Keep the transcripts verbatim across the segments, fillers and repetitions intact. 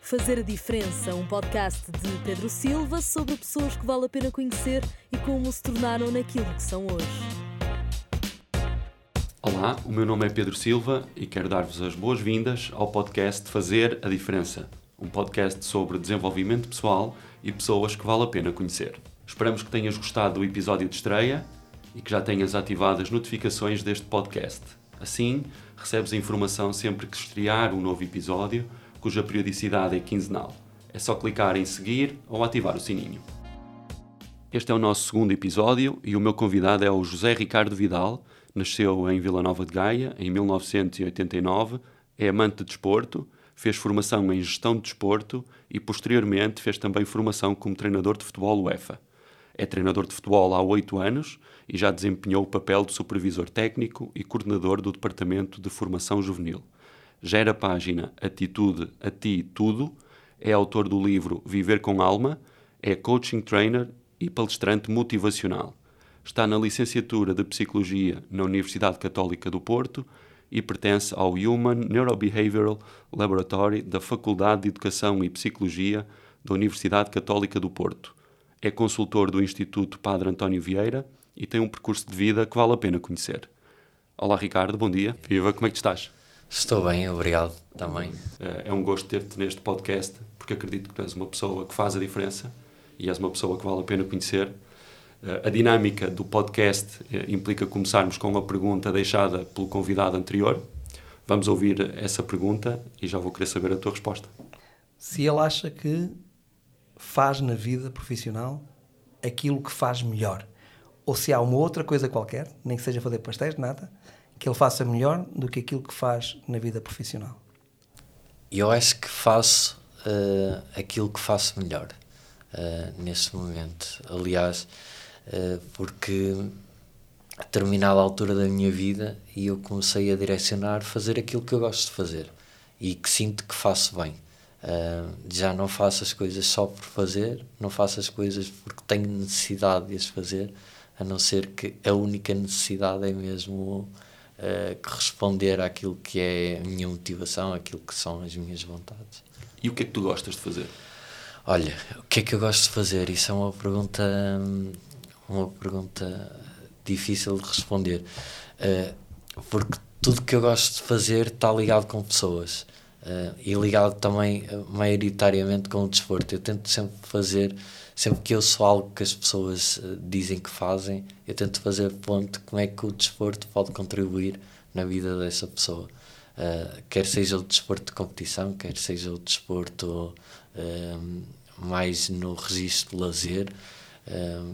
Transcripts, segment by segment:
Fazer a Diferença, um podcast de Pedro Silva sobre pessoas que vale a pena conhecer e como se tornaram naquilo que são hoje. Olá, o meu nome é Pedro Silva e quero dar-vos as boas-vindas ao podcast Fazer a Diferença, um podcast sobre desenvolvimento pessoal e pessoas que vale a pena conhecer. Esperamos que tenhas gostado do episódio de estreia e que já tenhas ativado as notificações deste podcast. Assim, recebes a informação sempre que estrear um novo episódio, cuja periodicidade é quinzenal. É só clicar em seguir ou ativar o sininho. Este é o nosso segundo episódio e o meu convidado é o José Ricardo Vidal. Nasceu em Vila Nova de Gaia, em mil novecentos e oitenta e nove, é amante de desporto, fez formação em gestão de desporto e, posteriormente, fez também formação como treinador de futebol UEFA. É treinador de futebol há oito anos e já desempenhou o papel de supervisor técnico e coordenador do Departamento de Formação Juvenil. Gera a página Atitude a Ti Tudo, é autor do livro Viver com Alma, é coaching trainer e palestrante motivacional. Está na licenciatura de Psicologia na Universidade Católica do Porto e pertence ao Human Neurobehavioral Laboratory da Faculdade de Educação e Psicologia da Universidade Católica do Porto. É consultor do Instituto Padre António Vieira e tem um percurso de vida que vale a pena conhecer. Olá Ricardo, bom dia. Viva, como é que estás? Estou bem, obrigado também. É um gosto ter-te neste podcast, porque acredito que tu és uma pessoa que faz a diferença e és uma pessoa que vale a pena conhecer. A dinâmica do podcast implica começarmos com uma pergunta deixada pelo convidado anterior. Vamos ouvir essa pergunta e já vou querer saber a tua resposta. Se ele acha que faz na vida profissional aquilo que faz melhor, ou se há uma outra coisa qualquer, nem que seja fazer pastéis, nada, que ele faça melhor do que aquilo que faz na vida profissional. Eu acho que faço uh, aquilo que faço melhor uh, neste momento. Aliás, uh, porque a determinada altura da minha vida eu comecei a direcionar fazer aquilo que eu gosto de fazer e que sinto que faço bem. Uh, já não faço as coisas só por fazer, não faço as coisas porque tenho necessidade de as fazer, a não ser que a única necessidade é mesmo Uh, corresponder àquilo que é a minha motivação, àquilo que são as minhas vontades. E o que é que tu gostas de fazer? Olha, o que é que eu gosto de fazer? Isso é uma pergunta uma pergunta difícil de responder, uh, porque tudo que eu gosto de fazer está ligado com pessoas uh, e ligado também uh, maioritariamente com o desporto. Eu tento sempre fazer, sempre que eu sou algo que as pessoas uh, dizem que fazem, eu tento fazer ponto como é que o desporto pode contribuir na vida dessa pessoa. Uh, quer seja o desporto de competição, quer seja o desporto uh, mais no registro de lazer. Uh,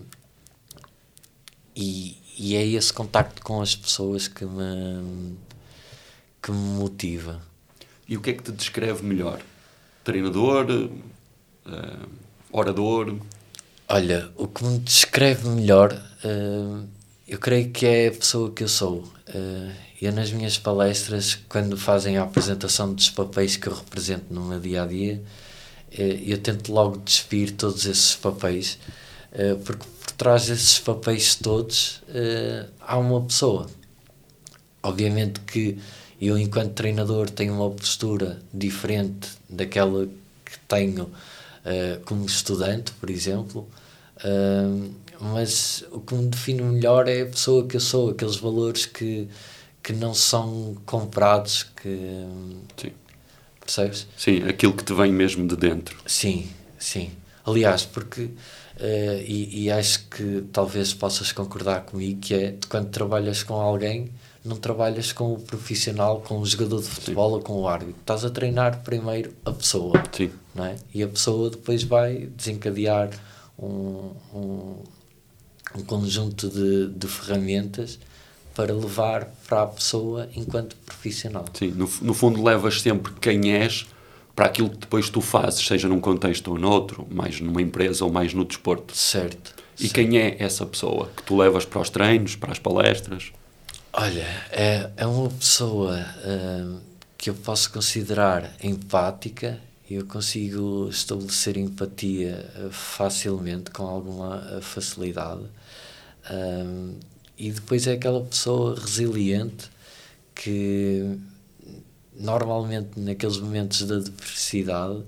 e, e é esse contacto com as pessoas que me, que me motiva. E o que é que te descreve melhor? Treinador? Uh, orador? Olha, o que me descreve melhor, uh, eu creio que é a pessoa que eu sou. Uh, eu nas minhas palestras, quando fazem a apresentação dos papéis que eu represento no meu dia-a-dia, uh, eu tento logo despir todos esses papéis, uh, porque por trás desses papéis todos uh, há uma pessoa. Obviamente que eu, enquanto treinador, tenho uma postura diferente daquela que tenho uh, como estudante, por exemplo. Uh, mas o que me define melhor é a pessoa que eu sou, aqueles valores que, que não são comprados, que... Sim. Percebes? Sim, aquilo que te vem mesmo de dentro. Sim, sim. Aliás, porque, uh, e, e acho que talvez possas concordar comigo, que é de quando trabalhas com alguém, não trabalhas com o profissional, com o jogador de futebol. Sim. Ou com o árbitro. Estás a treinar primeiro a pessoa. Sim. Não é? E a pessoa depois vai desencadear Um, um, um conjunto de, de ferramentas para levar para a pessoa enquanto profissional. Sim, no, no fundo levas sempre quem és para aquilo que depois tu fazes, seja num contexto ou noutro, mais numa empresa ou mais no desporto. Certo. E certo. Quem é essa pessoa que tu levas para os treinos, para as palestras? Olha, é, é uma pessoa uh, que eu posso considerar empática. Eu consigo estabelecer empatia facilmente, com alguma facilidade. Um, e depois é aquela pessoa resiliente que, normalmente, naqueles momentos da adversidade,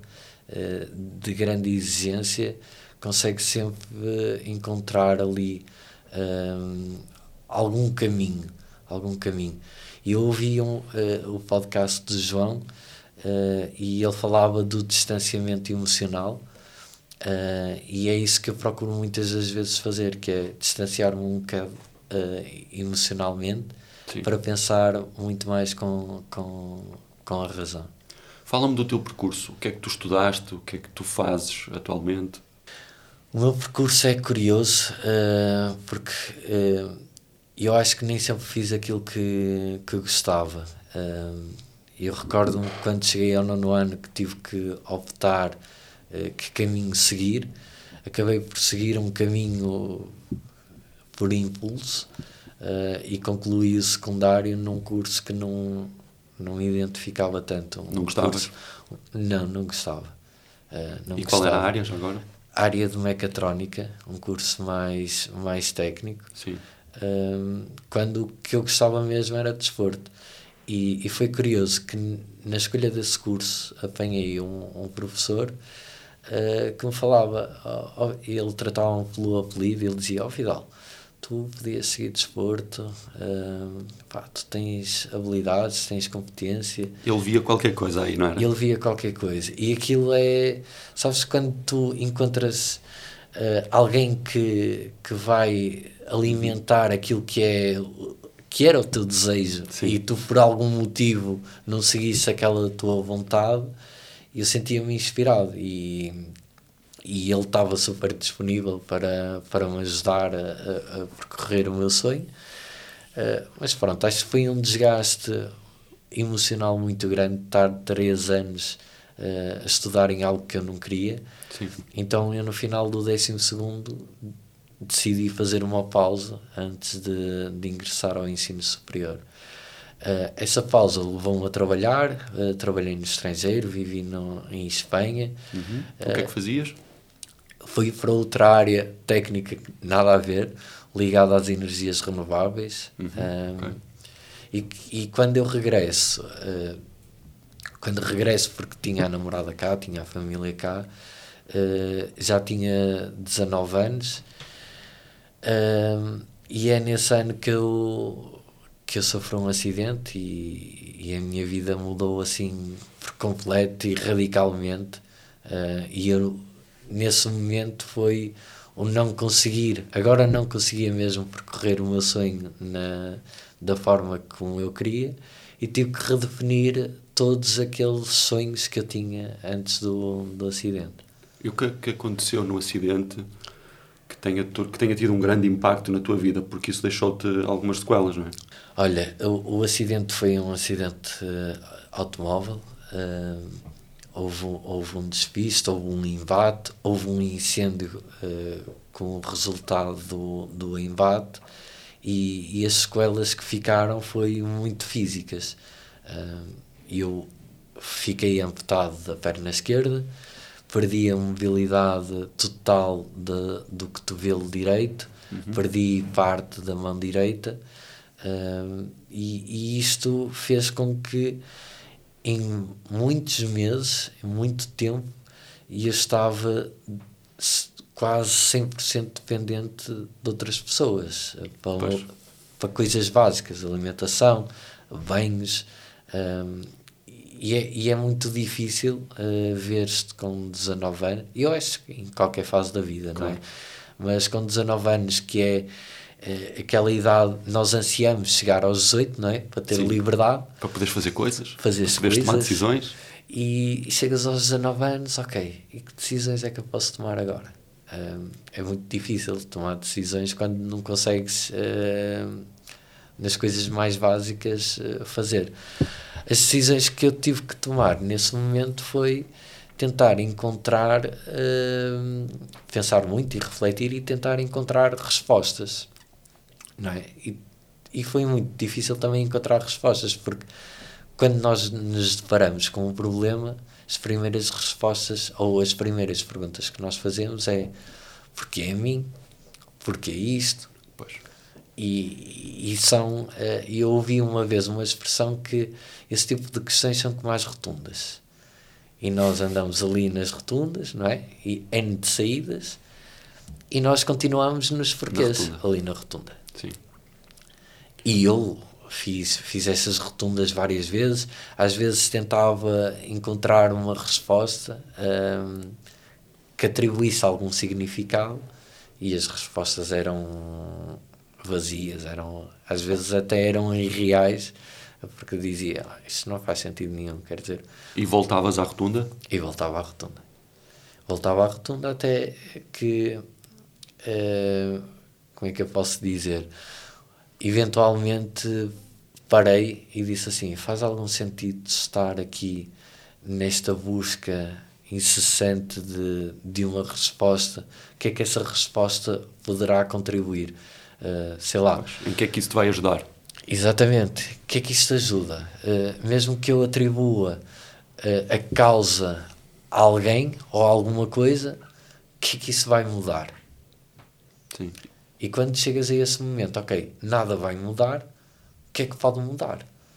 uh, de grande exigência, consegue sempre uh, encontrar ali um, algum caminho, algum caminho. E eu ouvi um, uh, o podcast de João uh, e ele falava do distanciamento emocional, uh, e é isso que eu procuro muitas das vezes fazer, que é distanciar-me um bocado uh, emocionalmente. Sim. Para pensar muito mais com, com, com a razão. Fala-me do teu percurso. O que é que tu estudaste? O que é que tu fazes atualmente? O meu percurso é curioso, uh, porque uh, eu acho que nem sempre fiz aquilo que, que gostava. Uh, eu recordo-me quando cheguei ao nono ano que tive que optar uh, que caminho seguir. Acabei por seguir um caminho por impulso. Uh, e concluí o secundário num curso que não, não me identificava tanto. Um não gostavas? Curso, não, não gostava. Uh, não e gostava. Qual era a área já agora? Área de mecatrónica, um curso mais, mais técnico. Sim. Uh, quando o que eu gostava mesmo era desporto. E, e foi curioso que na escolha desse curso apanhei um, um professor uh, que me falava, oh, oh, ele tratava-me pelo apelido, ele dizia: ó, oh, Vidal, tu podias seguir desporto, uh, pá, tu tens habilidades, tens competência. Ele via qualquer coisa aí, não era? Ele via qualquer coisa. E aquilo é... Sabes, quando tu encontras uh, alguém que, que vai alimentar aquilo que é... que era o teu desejo. Sim. E tu por algum motivo não seguisse aquela tua vontade, eu sentia-me inspirado e... E ele estava super disponível para, para me ajudar a, a, a percorrer o meu sonho. Uh, mas pronto, acho que foi um desgaste emocional muito grande estar três anos uh, a estudar em algo que eu não queria. Sim. Então eu no final do décimo segundo decidi fazer uma pausa antes de, de ingressar ao ensino superior. Uh, essa pausa levou-me a trabalhar, uh, trabalhei no estrangeiro, vivi no, em Espanha. Uhum. O que é que fazias? Fui para outra área técnica, nada a ver, ligada às energias renováveis. Uhum, um, okay. e, e quando eu regresso, uh, quando regresso porque tinha a namorada cá, tinha a família cá, uh, já tinha dezanove anos, uh, e é nesse ano que eu, que eu sofri um acidente e, e a minha vida mudou assim por completo e radicalmente, uh, e eu... Nesse momento foi o não conseguir, agora não conseguia mesmo percorrer o meu sonho na, da forma como eu queria e tive que redefinir todos aqueles sonhos que eu tinha antes do, do acidente. E o que, que aconteceu no acidente que tenha, que tenha tido um grande impacto na tua vida? Porque isso deixou-te algumas sequelas, não é? Olha, o, o acidente foi um acidente uh, automóvel. Uh, Houve, houve um despiste, houve um embate, houve um incêndio uh, com o resultado do, do embate e, e as sequelas que ficaram foi muito físicas. Uh, eu fiquei amputado da perna esquerda, perdi a mobilidade total de, do cotovelo direito, uhum. perdi parte da mão direita uh, e, e isto fez com que em muitos meses, em muito tempo, e eu estava quase cem por cento dependente de outras pessoas para, para coisas básicas, alimentação, banhos, um, e, é, e é muito difícil uh, ver-te com dezanove anos, e eu acho que em qualquer fase da vida, claro. Não é? Mas com dezanove anos, que é Uh, aquela idade, nós ansiamos chegar aos dezoito, não é? Para ter Sim. liberdade. Para poderes fazer coisas. Fazer para poderes tomar decisões. E, e chegas aos dezanove anos, ok, e que decisões é que eu posso tomar agora? Uh, é muito difícil tomar decisões quando não consegues, uh, nas coisas mais básicas, uh, fazer. As decisões que eu tive que tomar nesse momento foi tentar encontrar, uh, pensar muito e refletir e tentar encontrar respostas. Não é? E, e foi muito difícil também encontrar respostas, porque quando nós nos deparamos com um problema, as primeiras respostas ou as primeiras perguntas que nós fazemos é: porquê a mim? Porquê isto? Pois. E, e são, eu ouvi uma vez uma expressão que esse tipo de questões são como as rotundas, e nós andamos ali nas rotundas, não é? E N de saídas, e nós continuamos nos porquês, Na ali na rotunda. Sim. E eu fiz, fiz essas rotundas várias vezes, às vezes tentava encontrar uma resposta hum, que atribuísse algum significado, e as respostas eram vazias, eram, às vezes até eram irreais, porque eu dizia, ah, isto não faz sentido nenhum, quer dizer... E voltavas à rotunda? E voltava à rotunda. Voltava à rotunda até que... Uh, como é que eu posso dizer? Eventualmente parei e disse assim, faz algum sentido estar aqui nesta busca incessante de, de uma resposta? O que é que essa resposta poderá contribuir? Uh, sei lá. Em que é que isso te vai ajudar? Exatamente. O que é que isto ajuda? Uh, mesmo que eu atribua uh, a causa a alguém ou a alguma coisa, o que é que isso vai mudar? Sim. E quando chegas a esse momento, ok, nada vai mudar, o que é que pode mudar?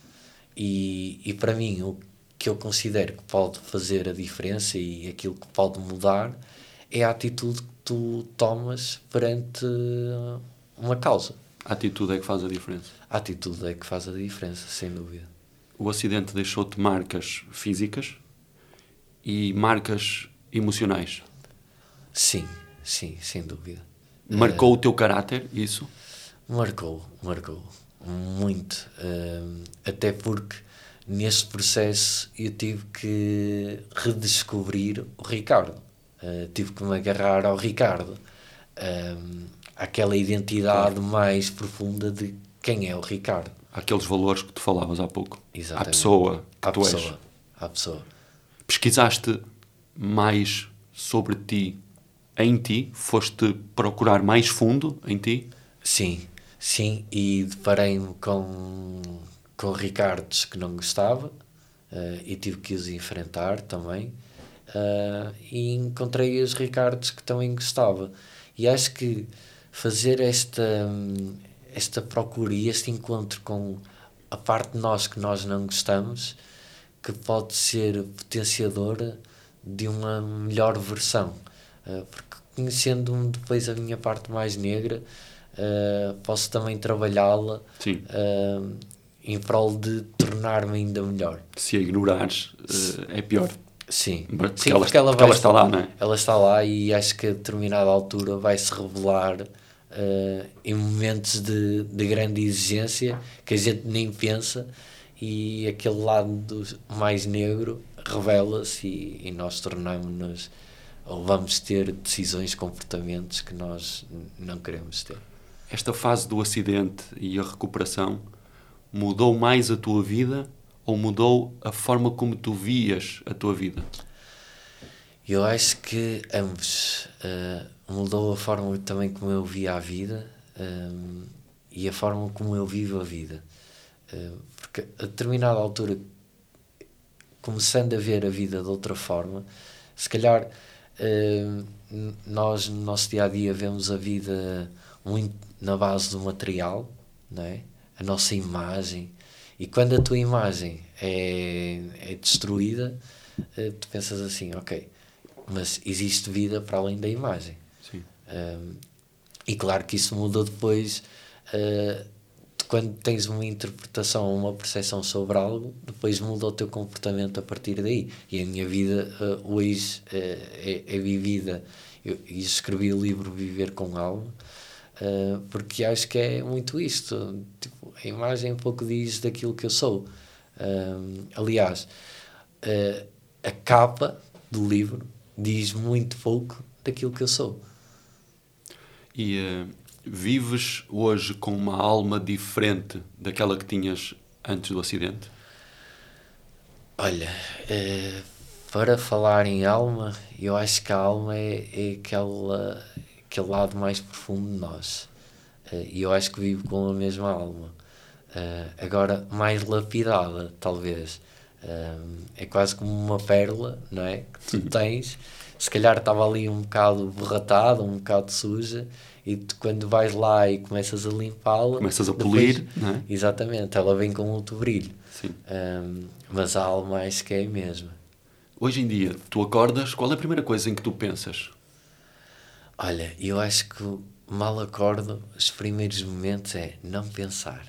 E, e para mim, o que eu considero que pode fazer a diferença e aquilo que pode mudar é a atitude que tu tomas perante uma causa. A atitude é que faz a diferença. A atitude é que faz a diferença, sem dúvida. O acidente deixou-te marcas físicas e marcas emocionais. Sim, sim, sem dúvida. Marcou uh, o teu caráter, isso? Marcou, marcou. Muito. Uh, até porque neste processo eu tive que redescobrir o Ricardo. Uh, tive que me agarrar ao Ricardo. Uh, aquela identidade claro. mais profunda de quem é o Ricardo. Aqueles valores que tu falavas há pouco. Exatamente. À pessoa que à tu pessoa, és. À pessoa. Pesquisaste mais sobre ti, em ti? Foste procurar mais fundo em ti? Sim, sim. E deparei-me com, com Ricardos que não gostava uh, e tive que os enfrentar também. Uh, e encontrei os Ricardos que também gostava. E acho que fazer esta, esta procura e este encontro com a parte de nós que nós não gostamos, que pode ser potenciadora de uma melhor versão. Uh, porque conhecendo depois a minha parte mais negra, uh, posso também trabalhá-la uh, em prol de tornar-me ainda melhor. Se a ignorares, uh, é pior. Sim, porque, Sim, ela, porque, ela, porque ela está lá, não é? Ela está lá e acho que a determinada altura vai-se revelar uh, em momentos de, de grande exigência que a gente nem pensa, e aquele lado do mais negro revela-se e, e nós tornamos-nos, ou vamos ter decisões, comportamentos que nós não queremos ter. Esta fase do acidente e a recuperação mudou mais a tua vida ou mudou a forma como tu vias a tua vida? Eu acho que ambos. Uh, mudou a forma também como eu via a vida um, e a forma como eu vivo a vida. Uh, porque a determinada altura, começando a ver a vida de outra forma, se calhar uh, nós no nosso dia-a-dia vemos a vida muito na base do material, não é? A nossa imagem. E quando a tua imagem é, é destruída, tu pensas assim, ok, mas existe vida para além da imagem. Sim. Um, e claro que isso muda depois, uh, de quando tens uma interpretação ou uma percepção sobre algo, depois muda o teu comportamento a partir daí. E a minha vida uh, hoje uh, é, é vivida. Eu, eu escrevi o livro Viver com Alma, Uh, porque acho que é muito isto, tipo, a imagem um pouco diz daquilo que eu sou. Uh, aliás, uh, a capa do livro diz muito pouco daquilo que eu sou. E uh, vives hoje com uma alma diferente daquela que tinhas antes do acidente? Olha, uh, para falar em alma, eu acho que a alma é, é aquela... aquele lado mais profundo de nós, uh, e eu acho que vivo com a mesma alma, uh, agora mais lapidada talvez, uh, é quase como uma pérola, não é? Que tu tens, se calhar estava ali um bocado borratada, um bocado suja, e tu, quando vais lá e começas a limpá-la, começas a depois, polir, não é? Exatamente, ela vem com outro brilho. Sim. Um, mas a alma acho que é a mesma. Hoje em dia, tu acordas, qual é a primeira coisa em que tu pensas? Olha, eu acho que mal acordo, os primeiros momentos é não pensar.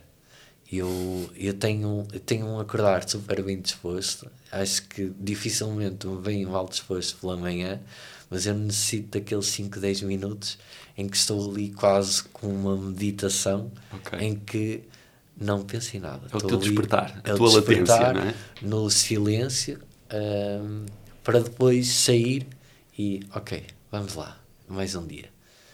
Eu, eu, tenho, eu tenho um acordar super bem disposto. Acho que dificilmente me venho mal disposto pela manhã, mas eu necessito daqueles cinco, dez minutos em que estou ali quase com uma meditação, okay. em que não penso em nada. É o teu despertar, a tua latência, não é? No silêncio, um, para depois sair e, ok, vamos lá, mais um dia.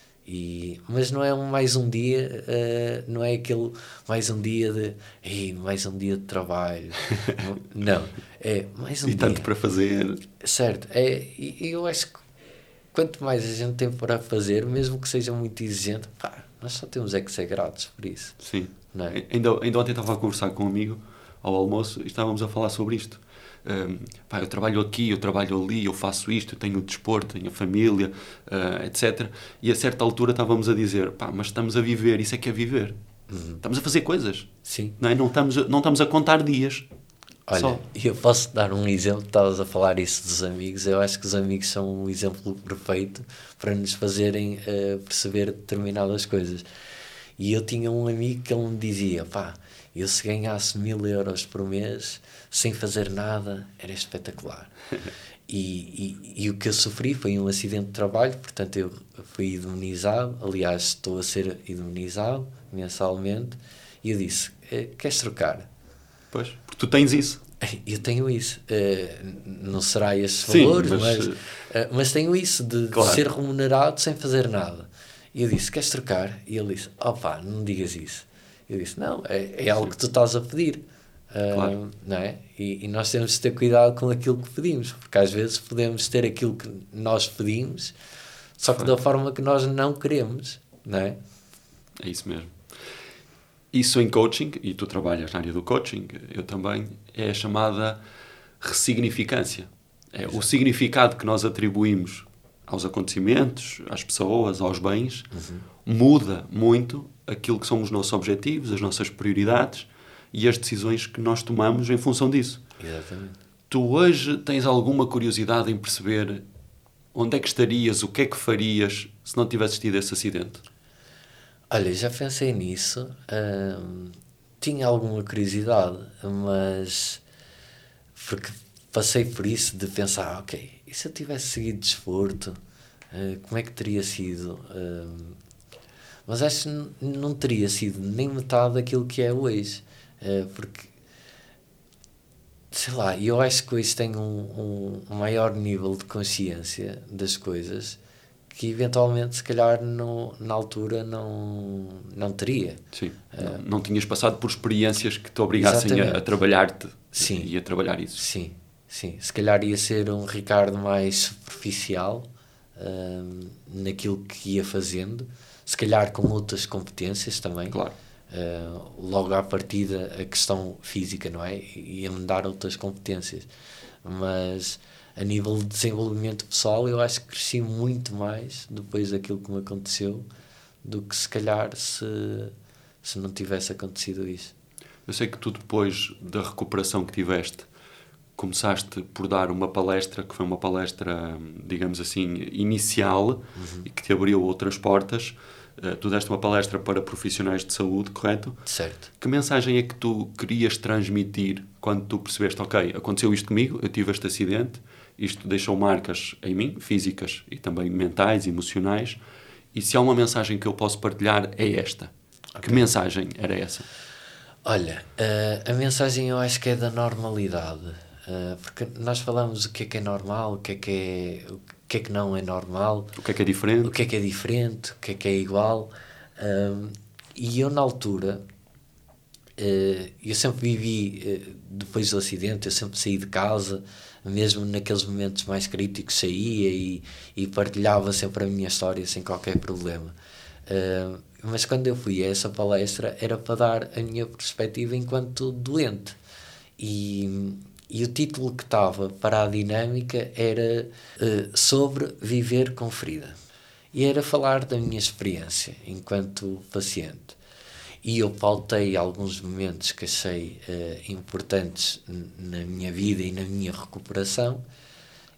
E, mas não é um mais um dia, uh, não é aquele mais um dia de Ei, mais um dia de trabalho. Não, é mais um e dia. E tanto para fazer. Certo, é, e, e eu acho que quanto mais a gente tem para fazer, mesmo que seja muito exigente, pá, nós só temos é que ser gratos por isso. Sim, não é? ainda, ainda ontem estava a conversar com um amigo ao almoço e estávamos a falar sobre isto. Um, pá, eu trabalho aqui, eu trabalho ali, eu faço isto, eu tenho o desporto, tenho a família, uh, etcétera. E a certa altura estávamos a dizer, pá, mas estamos a viver, isso é que é viver. Uhum. Estamos a fazer coisas. Sim. Não é? Não estamos a, não estamos a contar dias. Olha, só. Eu posso dar um exemplo, estavas a falar isso dos amigos, eu acho que os amigos são um exemplo perfeito para nos fazerem uh, perceber determinadas coisas. E eu tinha um amigo que ele me dizia, pá, eu se ganhasse mil euros por mês, sem fazer nada, era espetacular. E, e, e o que eu sofri foi um acidente de trabalho, portanto eu fui indemnizado, aliás estou a ser indemnizado mensalmente, e eu disse, queres trocar? Pois, porque tu tens isso. Eu tenho isso. Uh, não será esses valores, Sim, mas, mas, uh, mas tenho isso de, claro. de ser remunerado sem fazer nada. E eu disse, queres trocar? E ele disse, opá, não digas isso. Eu disse, não, é, é algo que tu estás a pedir. Uh, claro. Não é? E, e nós temos de ter cuidado com aquilo que pedimos, porque às vezes podemos ter aquilo que nós pedimos, só que Foi. da forma que nós não queremos. Não é? É isso mesmo. Isso em coaching, e tu trabalhas na área do coaching, eu também, é a chamada ressignificância. É o significado que nós atribuímos aos acontecimentos, às pessoas, aos bens, uhum. muda muito aquilo que são os nossos objetivos, as nossas prioridades e as decisões que nós tomamos em função disso. Exatamente. Tu hoje tens alguma curiosidade em perceber onde é que estarias, o que é que farias se não tivesses tido esse acidente? Olha, já pensei nisso, hum, tinha alguma curiosidade, mas porque passei por isso de pensar, ok, e se eu tivesse seguido desporto, uh, como é que teria sido? Hum, mas acho que não teria sido nem metade daquilo que é hoje, uh, porque, sei lá, eu acho que hoje tenho um, um maior nível de consciência das coisas que eventualmente, se calhar, no, na altura não, não teria. Sim, uh, não, não tinhas passado por experiências que te obrigassem a, a trabalhar-te sim, e a trabalhar isso. Sim, sim. Se calhar ia ser um Ricardo mais superficial uh, naquilo que ia fazendo, se calhar com outras competências também. Claro. Uh, logo à partida, a questão física, não é? Ia-me dar outras competências. Mas a nível de desenvolvimento pessoal, eu acho que cresci muito mais depois daquilo que me aconteceu do que se calhar se, se não tivesse acontecido isso. Eu sei que tu, depois da recuperação que tiveste, começaste por dar uma palestra, que foi uma palestra, digamos assim, inicial, uhum. e que te abriu outras portas. Uh, tu deste uma palestra para profissionais de saúde, correto? Certo. Que mensagem é que tu querias transmitir quando tu percebeste, ok, aconteceu isto comigo, eu tive este acidente, isto deixou marcas em mim, físicas e também mentais, emocionais, e se há uma mensagem que eu posso partilhar é esta. Okay. Que mensagem era essa? Olha, uh, a mensagem eu acho que é da normalidade, uh, porque nós falamos o que é que é normal, o que é que, é, o que, é que não é normal, o que é que é diferente, o que é que é diferente, o que é que é igual, uh, e eu na altura, uh, eu sempre vivi, uh, depois do acidente, eu sempre saí de casa, mesmo naqueles momentos mais críticos saía e, e partilhava sempre a minha história sem qualquer problema. Uh, mas quando eu fui a essa palestra era para dar a minha perspectiva enquanto doente. E, e o título que estava para a dinâmica era uh, sobre viver com ferida. E era falar da minha experiência enquanto paciente. E eu pautei alguns momentos que achei uh, importantes n- na minha vida e na minha recuperação,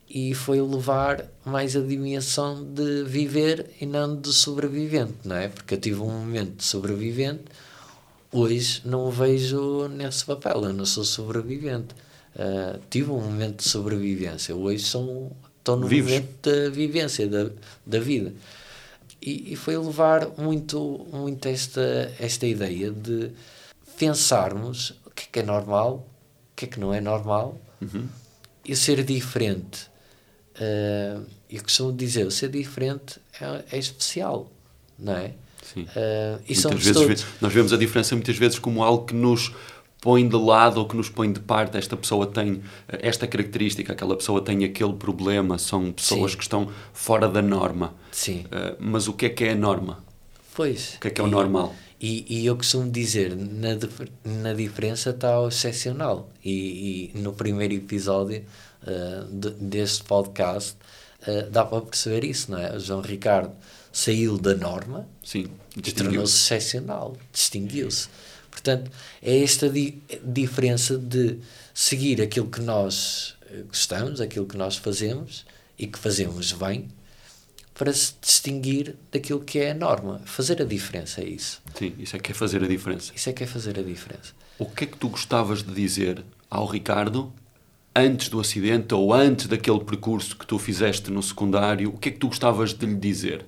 e foi levar mais a dimensão de viver e não de sobrevivente, não é? Porque eu tive um momento de sobrevivente, hoje não o vejo nesse papel, eu não sou sobrevivente. Uh, tive um momento de sobrevivência, hoje sou, estou no Vives. momento da vivência, da, da vida. E, e foi levar muito, muito esta, esta ideia de pensarmos o que é que é normal, o que é que não é normal, Uhum. e ser diferente. Uh, eu costumo dizer, o ser diferente é, é especial, não é? Sim. Uh, e Muitas somos vezes todos... ve- nós vemos a diferença muitas vezes como algo que nos põe de lado ou que nos põe de parte. Esta pessoa tem esta característica, aquela pessoa tem aquele problema, são pessoas Sim. que estão fora da norma. Sim. Uh, mas o que é que é a norma? Pois. O que é que é o e, normal? E, e eu costumo dizer, na, dif- na diferença está o excepcional. E, e no primeiro episódio uh, de, deste podcast uh, dá para perceber isso, não é? O João Ricardo saiu da norma Sim, e distinguiu-se. tornou-se excepcional, distinguiu-se. Portanto, é esta di- diferença de seguir aquilo que nós gostamos, aquilo que nós fazemos e que fazemos bem, para se distinguir daquilo que é a norma. Fazer a diferença é isso. Sim, isso é que é fazer a diferença. Isso é que é fazer a diferença. O que é que tu gostavas de dizer ao Ricardo antes do acidente ou antes daquele percurso que tu fizeste no secundário? O que é que tu gostavas de lhe dizer?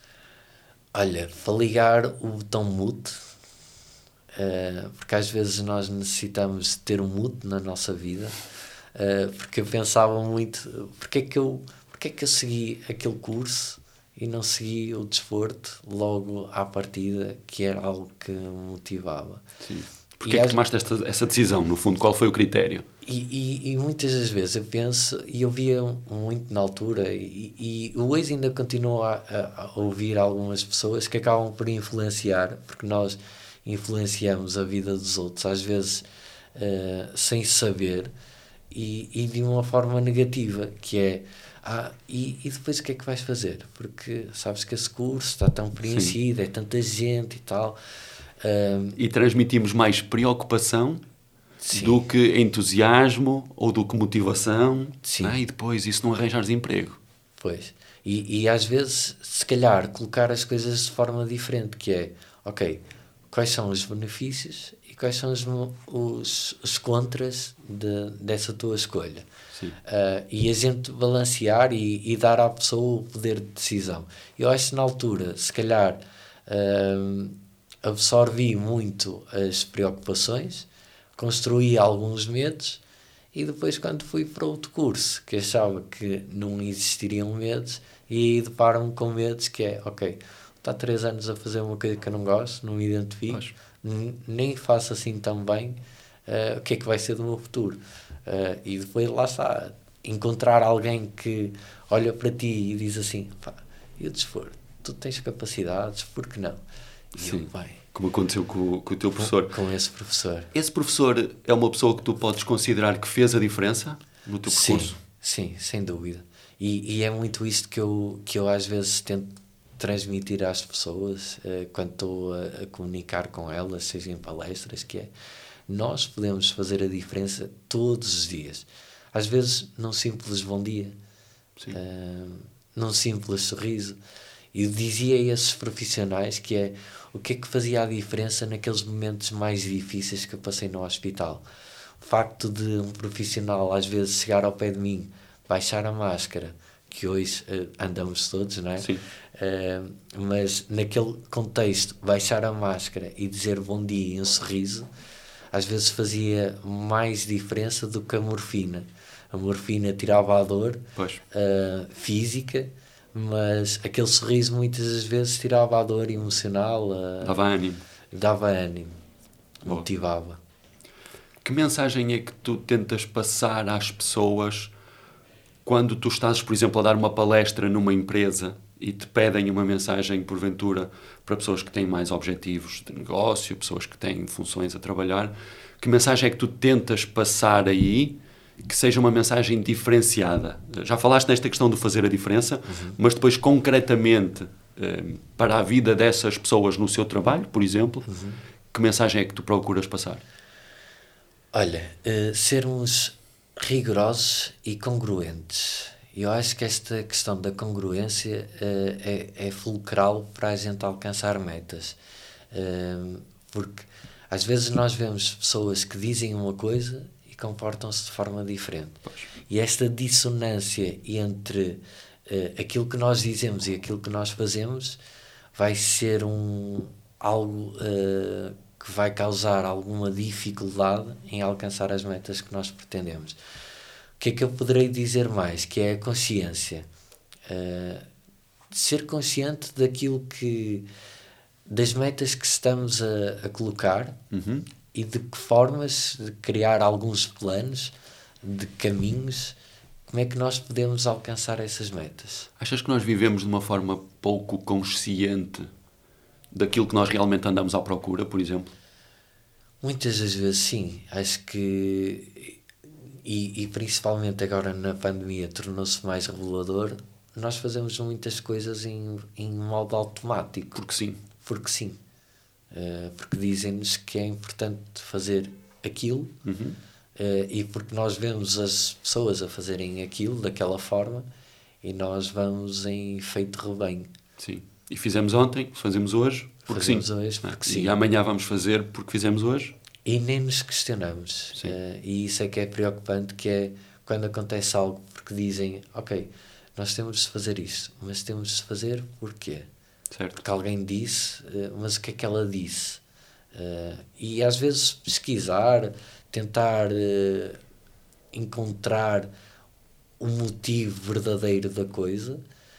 Olha, para ligar o botão mute, uh, porque às vezes nós necessitamos ter um mute na nossa vida, uh, porque eu pensava muito, porque é que eu, porque é que eu segui aquele curso e não segui o desporto logo à partida, que era algo que me motivava. Sim. Porquê E é que às- tomaste esta, essa decisão, no fundo? Qual foi o critério? E, e, e muitas das vezes eu penso, e eu via muito na altura, e, e hoje ainda continuo a, a, a ouvir algumas pessoas que acabam por influenciar, porque nós influenciamos a vida dos outros, às vezes uh, sem saber, e, e de uma forma negativa, que é, ah, e, e depois o que é que vais fazer? Porque sabes que esse curso está tão preenchido, é tanta gente e tal. Uh, E transmitimos mais preocupação Sim. do que entusiasmo ou do que motivação. Sim. Não é? E depois isso não arranjares emprego. Pois. E, e às vezes, se calhar, colocar as coisas de forma diferente, que é, ok, quais são os benefícios e quais são os, os, os contras de, dessa tua escolha. Sim. Uh, e a gente balancear e, e dar à pessoa o poder de decisão. Eu acho que na altura, se calhar, uh, absorvi muito as preocupações, construí alguns medos, e depois, quando fui para outro curso, que achava que não existiriam medos, e aí deparo-me com medos, que é, ok, está três anos a fazer uma coisa que eu não gosto, não me identifico, n- nem faço assim tão bem, uh, o que é que vai ser do meu futuro? Uh, e depois, lá está, encontrar alguém que olha para ti e diz assim, pá, e o desporto? Tu tens capacidades, por que não? E Sim. eu, bem, Como aconteceu com, com o teu professor. com esse professor. Esse professor é uma pessoa que tu podes considerar que fez a diferença no teu Sim, percurso? sim, sem dúvida. E, e é muito isto que eu, que eu às vezes tento transmitir às pessoas uh, quando estou a, a comunicar com elas, seja em palestras, que é, nós podemos fazer a diferença todos os dias. Às vezes num simples bom dia, uh, num simples sorriso. E eu dizia a esses profissionais que é o que é que fazia a diferença naqueles momentos mais difíceis que eu passei no hospital. O facto de um profissional às vezes chegar ao pé de mim, baixar a máscara, que hoje uh, andamos todos, não é? Sim. Uh, mas naquele contexto, baixar a máscara e dizer bom dia e um sorriso, às vezes fazia mais diferença do que a morfina. A morfina tirava a dor uh, física, mas aquele sorriso muitas das vezes tirava a dor emocional, uh, Dava ânimo. dava ânimo, Boa. motivava. Que mensagem é que tu tentas passar às pessoas quando tu estás, por exemplo, a dar uma palestra numa empresa e te pedem uma mensagem, porventura, para pessoas que têm mais objetivos de negócio, pessoas que têm funções a trabalhar? Que mensagem é que tu tentas passar aí que seja uma mensagem diferenciada? Já falaste nesta questão de fazer a diferença, uhum. mas depois concretamente eh, para a vida dessas pessoas no seu trabalho, por exemplo, uhum. que mensagem é que tu procuras passar? Olha, uh, sermos rigorosos e congruentes. Eu acho que esta questão da congruência uh, é, é fulcral para a gente alcançar metas. Uh, porque às vezes nós vemos pessoas que dizem uma coisa e comportam-se de forma diferente. Pois. E esta dissonância entre uh, aquilo que nós dizemos e aquilo que nós fazemos vai ser um, algo uh, que vai causar alguma dificuldade em alcançar as metas que nós pretendemos. O que é que eu poderei dizer mais? Que é a consciência. Uh, ser consciente daquilo que... das metas que estamos a, a colocar uhum. e de que formas de criar alguns planos, de caminhos, como é que nós podemos alcançar essas metas. Achas que nós vivemos de uma forma pouco consciente daquilo que nós realmente andamos à procura, por exemplo? Muitas das vezes sim. Acho que... E, e principalmente agora na pandemia tornou-se mais revelador, nós fazemos muitas coisas em, em modo automático. Porque sim. Porque sim. Uh, porque dizem-nos que é importante fazer aquilo uhum. uh, e porque nós vemos as pessoas a fazerem aquilo daquela forma e nós vamos em feito rebanho. Sim. E fizemos ontem, fazemos hoje, porque fazemos sim. Hoje porque e sim. amanhã vamos fazer porque fizemos hoje. E nem nos questionamos. Uh, e isso é que é preocupante, que é quando acontece algo porque dizem, ok, nós temos de fazer isto, mas temos de fazer porquê? Certo. Porque alguém disse, uh, mas o que é que ela disse? Uh, e às vezes pesquisar, tentar uh, encontrar o motivo verdadeiro da coisa,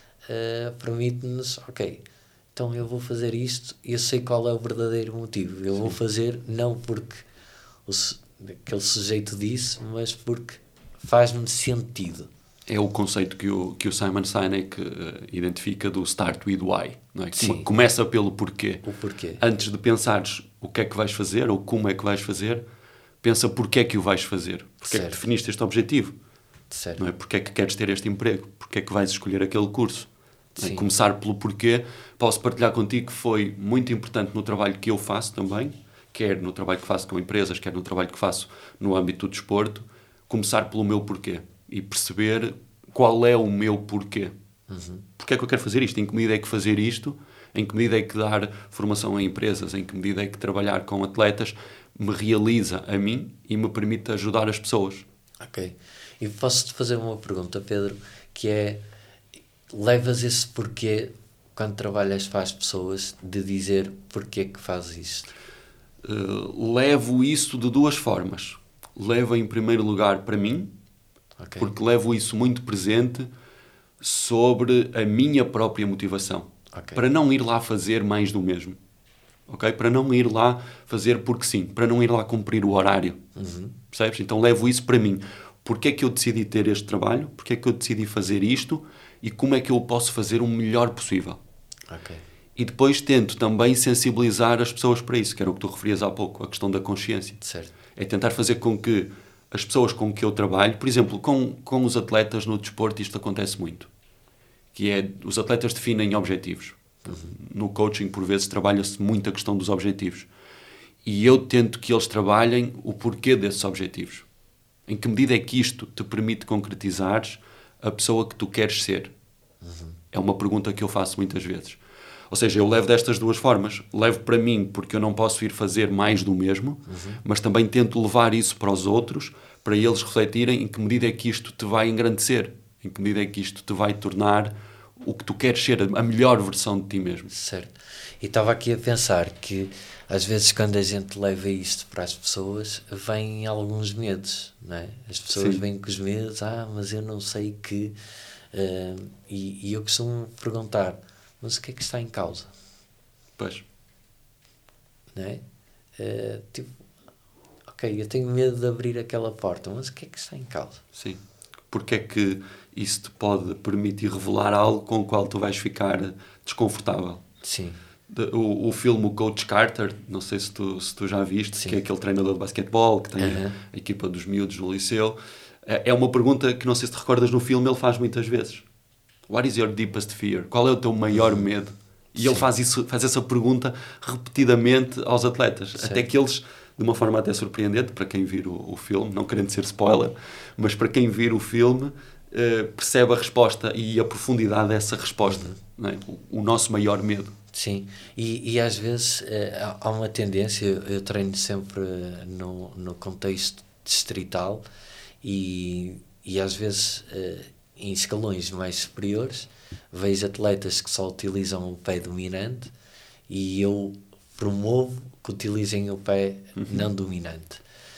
uh, permite-nos, ok, então eu vou fazer isto e eu sei qual é o verdadeiro motivo. Eu Sim. vou fazer não porque o, aquele sujeito disse, mas porque faz-me sentido. É o conceito que o, que o Simon Sinek uh, identifica do start with why. Não é? Sim. Começa pelo porquê. O porquê. Antes de pensares o que é que vais fazer ou como é que vais fazer, pensa porque é que o vais fazer. Porque certo. é que definiste este objetivo. Certo. Não é? Porque é que queres ter este emprego. Porque é que vais escolher aquele curso. É? Começar pelo porquê. Posso partilhar contigo que foi muito importante no trabalho que eu faço também, quer no trabalho que faço com empresas, quer no trabalho que faço no âmbito do desporto, começar pelo meu porquê e perceber qual é o meu porquê. Uhum. Porque é que eu quero fazer isto? Em que medida é que fazer isto? Em que medida é que dar formação a empresas? Em que medida é que trabalhar com atletas me realiza a mim e me permite ajudar as pessoas? Ok. E posso-te fazer uma pergunta, Pedro, que é, levas esse porquê quando trabalhas para as pessoas de dizer porquê que fazes isto? Uh, levo isso de duas formas. Levo em primeiro lugar para mim, okay. porque levo isso muito presente sobre a minha própria motivação. Okay. Para não ir lá fazer mais do mesmo. Okay? Para não ir lá fazer porque sim. Para não ir lá cumprir o horário. Uhum. Percebes? Então levo isso para mim. Porque é que eu decidi ter este trabalho? Porque é que eu decidi fazer isto? E como é que eu posso fazer o melhor possível? Okay. E depois tento também sensibilizar as pessoas para isso, que era o que tu referias há pouco, a questão da consciência. Certo. É tentar fazer com que as pessoas com que eu trabalho, por exemplo, com, com os atletas no desporto, isto acontece muito, que é, os atletas definem objetivos. Uhum. No coaching, por vezes, trabalha-se muito a questão dos objetivos. E eu tento que eles trabalhem o porquê desses objetivos. Em que medida é que isto te permite concretizares a pessoa que tu queres ser? Uhum. É uma pergunta que eu faço muitas vezes. Ou seja, eu levo destas duas formas. Levo para mim porque eu não posso ir fazer mais do mesmo, uhum. mas também tento levar isso para os outros, para eles refletirem em que medida é que isto te vai engrandecer, em que medida é que isto te vai tornar o que tu queres ser, a melhor versão de ti mesmo. Certo. E estava aqui a pensar que às vezes quando a gente leva isto para as pessoas, vêm alguns medos, não é? As pessoas Sim. vêm com os medos, ah, mas eu não sei que... Uh, e, e eu costumo perguntar, mas o que é que está em causa? Pois. Não é? Uh, tipo, ok, eu tenho medo de abrir aquela porta, mas o que é que está em causa? Sim. Porque é que isso te pode permitir revelar algo com o qual tu vais ficar desconfortável? Sim. O, o filme Coach Carter, não sei se tu, se tu já viste, Sim. que é aquele treinador de basquetebol que tem uhum. a, a equipa dos miúdos no liceu. É uma pergunta que, não sei se te recordas, no filme ele faz muitas vezes. What is your deepest fear? Qual é o teu maior medo? E Sim. ele faz, isso, faz essa pergunta repetidamente aos atletas. Certo. Até que eles, de uma forma até surpreendente, para quem vir o, o filme, não querendo ser spoiler, mas para quem vir o filme, uh, percebe a resposta e a profundidade dessa resposta. Uhum. Não é? o, o nosso maior medo. Sim, e, e às vezes uh, há uma tendência, eu, eu treino sempre no, no contexto distrital e, e às vezes uh, em escalões mais superiores vejo atletas que só utilizam o pé dominante e eu promovo que utilizem o pé uhum. não dominante.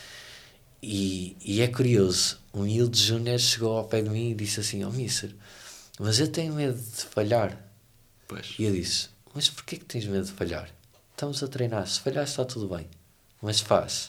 E, e é curioso, um miúdo júnior chegou ao pé de mim e disse assim: ó, oh, mister, mas eu tenho medo de falhar. Pois. E eu disse: mas porquê que tens medo de falhar? Estamos a treinar, se falhar está tudo bem, mas faz.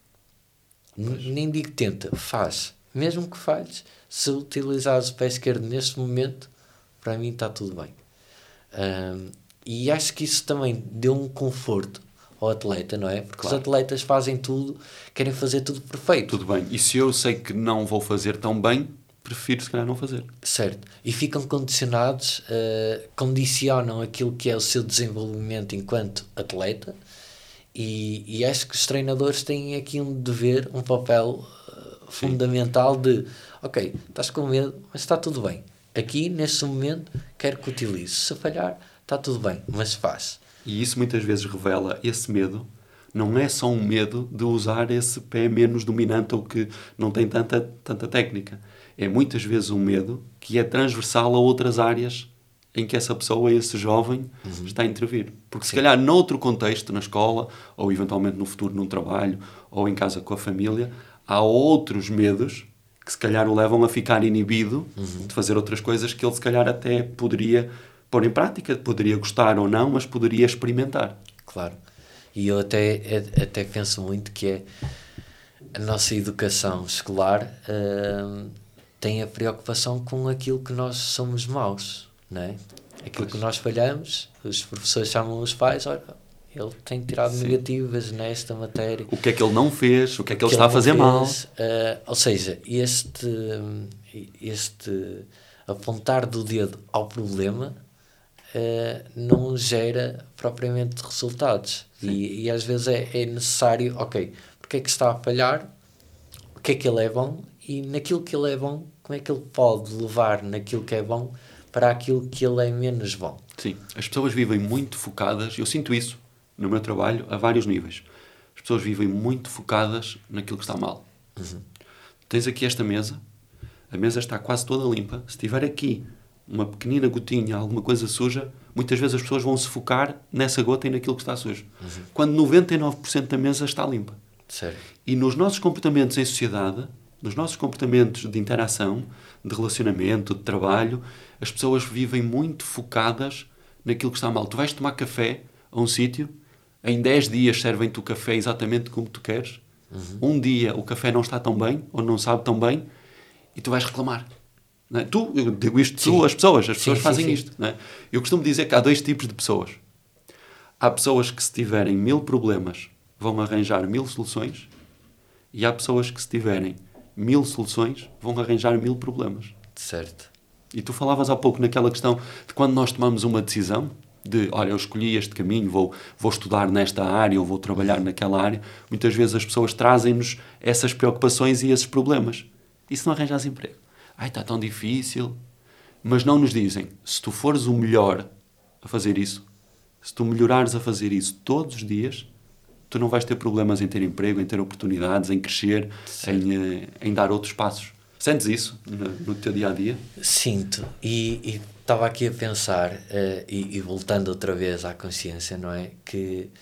N- nem digo tenta, faz. Mesmo que falhes, se utilizares o pé esquerdo neste momento, para mim está tudo bem. Um, e acho que isso também deu um conforto ao atleta, não é? Porque claro. Os atletas fazem tudo, querem fazer tudo perfeito. Tudo bem. E se eu sei que não vou fazer tão bem, prefiro se calhar não fazer. Certo. E ficam condicionados, uh, condicionam aquilo que é o seu desenvolvimento enquanto atleta e, e acho que os treinadores têm aqui um dever, um papel uh, fundamental de, ok, estás com medo, mas está tudo bem. Aqui, neste momento, quero que utilizes. Se falhar, está tudo bem, mas faz. E isso muitas vezes revela esse medo. Não é só um medo de usar esse pé menos dominante ou que não tem tanta, tanta técnica. É muitas vezes um medo que é transversal a outras áreas em que essa pessoa, esse jovem, uhum. está a intervir. Porque Sim. se calhar noutro contexto, na escola, ou eventualmente no futuro num trabalho, ou em casa com a família, há outros medos que se calhar o levam a ficar inibido uhum. de fazer outras coisas que ele se calhar até poderia pôr em prática, poderia gostar ou não, mas poderia experimentar. Claro. E eu até, até penso muito que é a nossa educação escolar uh, tem a preocupação com aquilo que nós somos maus, não é? Aquilo pois. Que nós falhamos, os professores chamam os pais, olha, ele tem tirado Sim. negativas nesta matéria. O que é que ele não fez? O que é que ele está a fazer mal? Uh, ou seja, este, este apontar do dedo ao problema uh, não gera propriamente resultados. E, e às vezes é, é necessário, ok, porque é que está a falhar? O que é que ele é bom? E naquilo que ele é bom, como é que ele pode levar naquilo que é bom para aquilo que ele é menos bom? Sim, as pessoas vivem muito focadas, eu sinto isso no meu trabalho a vários níveis. As pessoas vivem muito focadas naquilo que está mal. Uhum. Tens aqui esta mesa, a mesa está quase toda limpa. Se tiver aqui uma pequenina gotinha, alguma coisa suja, muitas vezes as pessoas vão se focar nessa gota e naquilo que está sujo. Uhum. Quando noventa e nove por cento da mesa está limpa. Sério? E nos nossos comportamentos em sociedade, nos nossos comportamentos de interação, de relacionamento, de trabalho, as pessoas vivem muito focadas naquilo que está mal. Tu vais tomar café a um sítio, em dez dias servem-te o café exatamente como tu queres. Uhum. Um dia o café não está tão bem, ou não sabe tão bem, e tu vais reclamar. Não é? Tu, eu digo isto, sim. tu, as pessoas, as pessoas sim, fazem sim, sim. isto. Não é? Eu costumo dizer que há dois tipos de pessoas. Há pessoas que se tiverem mil problemas vão arranjar mil soluções, e há pessoas que se tiverem mil soluções vão arranjar mil problemas. Certo. E tu falavas há pouco naquela questão de quando nós tomamos uma decisão, de, olha, eu escolhi este caminho, vou, vou estudar nesta área ou vou trabalhar naquela área, muitas vezes as pessoas trazem-nos essas preocupações e esses problemas. E se não arranjas emprego? Ai, está tão difícil. Mas não nos dizem, se tu fores o melhor a fazer isso, se tu melhorares a fazer isso todos os dias, tu não vais ter problemas em ter emprego, em ter oportunidades, em crescer, em, em dar outros passos. Sentes isso no, no teu dia-a-dia? Sinto. E estava aqui a pensar, uh, e, e voltando outra vez à consciência, não é? Que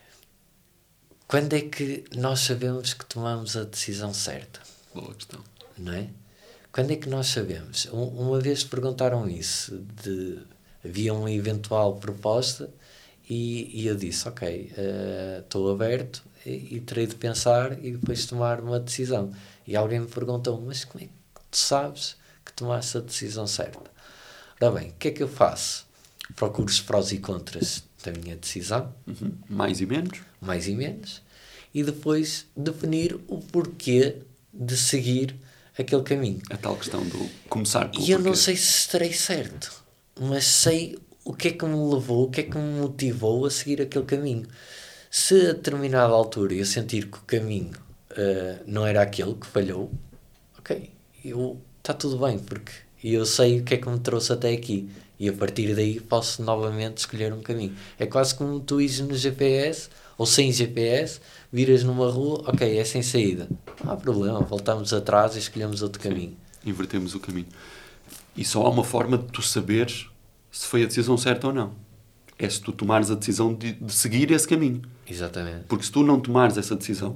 quando é que nós sabemos que tomamos a decisão certa? Boa questão. Não é? Quando é que nós sabemos? Um, uma vez perguntaram isso, de, havia uma eventual proposta e, e eu disse, ok, estou uh, aberto e, e terei de pensar e depois tomar uma decisão. E alguém me perguntou, mas como é que tu sabes que tomaste a decisão certa? Ora bem, o que é que eu faço? Procuro os prós e contras da minha decisão. Uhum. Mais e menos. Mais e menos. E depois definir o porquê de seguir aquele caminho. A tal questão do começar pelo E eu porquê. não sei se estarei certo, mas sei o que é que me levou, o que é que me motivou a seguir aquele caminho. Se a determinada altura eu sentir que o caminho Uh, não era aquele que falhou, ok, eu está tudo bem, porque eu sei o que é que me trouxe até aqui. E a partir daí posso novamente escolher um caminho. É quase como tu ires no G P S, ou sem G P S, viras numa rua, ok, é sem saída. Não há problema, voltamos atrás e escolhemos outro Sim, caminho. Invertemos o caminho. E só há uma forma de tu saberes se foi a decisão certa ou não. É se tu tomares a decisão de, de seguir esse caminho. Exatamente. Porque se tu não tomares essa decisão,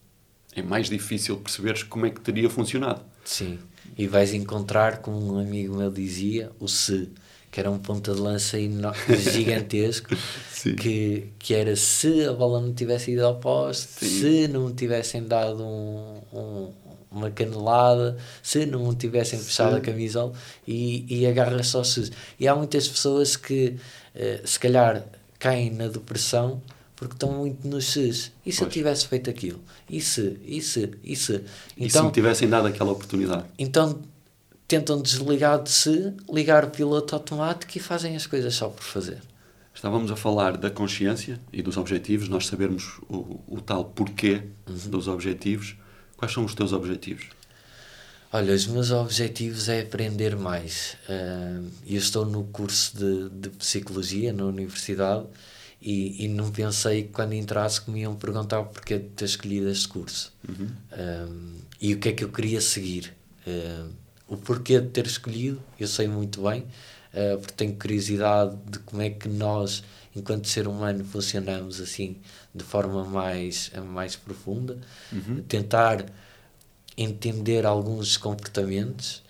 é mais difícil perceberes como é que teria funcionado. Sim. E vais encontrar, como um amigo meu dizia, o se, que era um ponta de lança eno- gigantesco, que, que era se a bola não tivesse ido ao poste, Sim. se não me tivessem dado um, um, uma canelada, se não me tivessem fechado a camisola, e, e agarra só se. E há muitas pessoas que, uh, se calhar, caem na depressão porque estão muito nos ses. E se Pois. eu tivesse feito aquilo? E se? E se? E se? E se Então, me tivessem dado aquela oportunidade? então tentam desligar de se, ligar o piloto automático e fazem as coisas só por fazer. Estávamos a falar da consciência e dos objetivos, nós sabermos o, o tal porquê Uhum. dos objetivos. Quais são os teus objetivos? Olha, os meus objetivos é aprender mais. Uh, eu estou no curso de, de Psicologia na universidade e, e não pensei que quando entrasse que me iam perguntar o porquê de ter escolhido este curso. Uhum. Um, e o que é que eu queria seguir. Uh, o porquê de ter escolhido, eu sei muito bem, uh, porque tenho curiosidade de como é que nós, enquanto ser humano, funcionamos assim, de forma mais, mais profunda. Uhum. Tentar entender alguns comportamentos.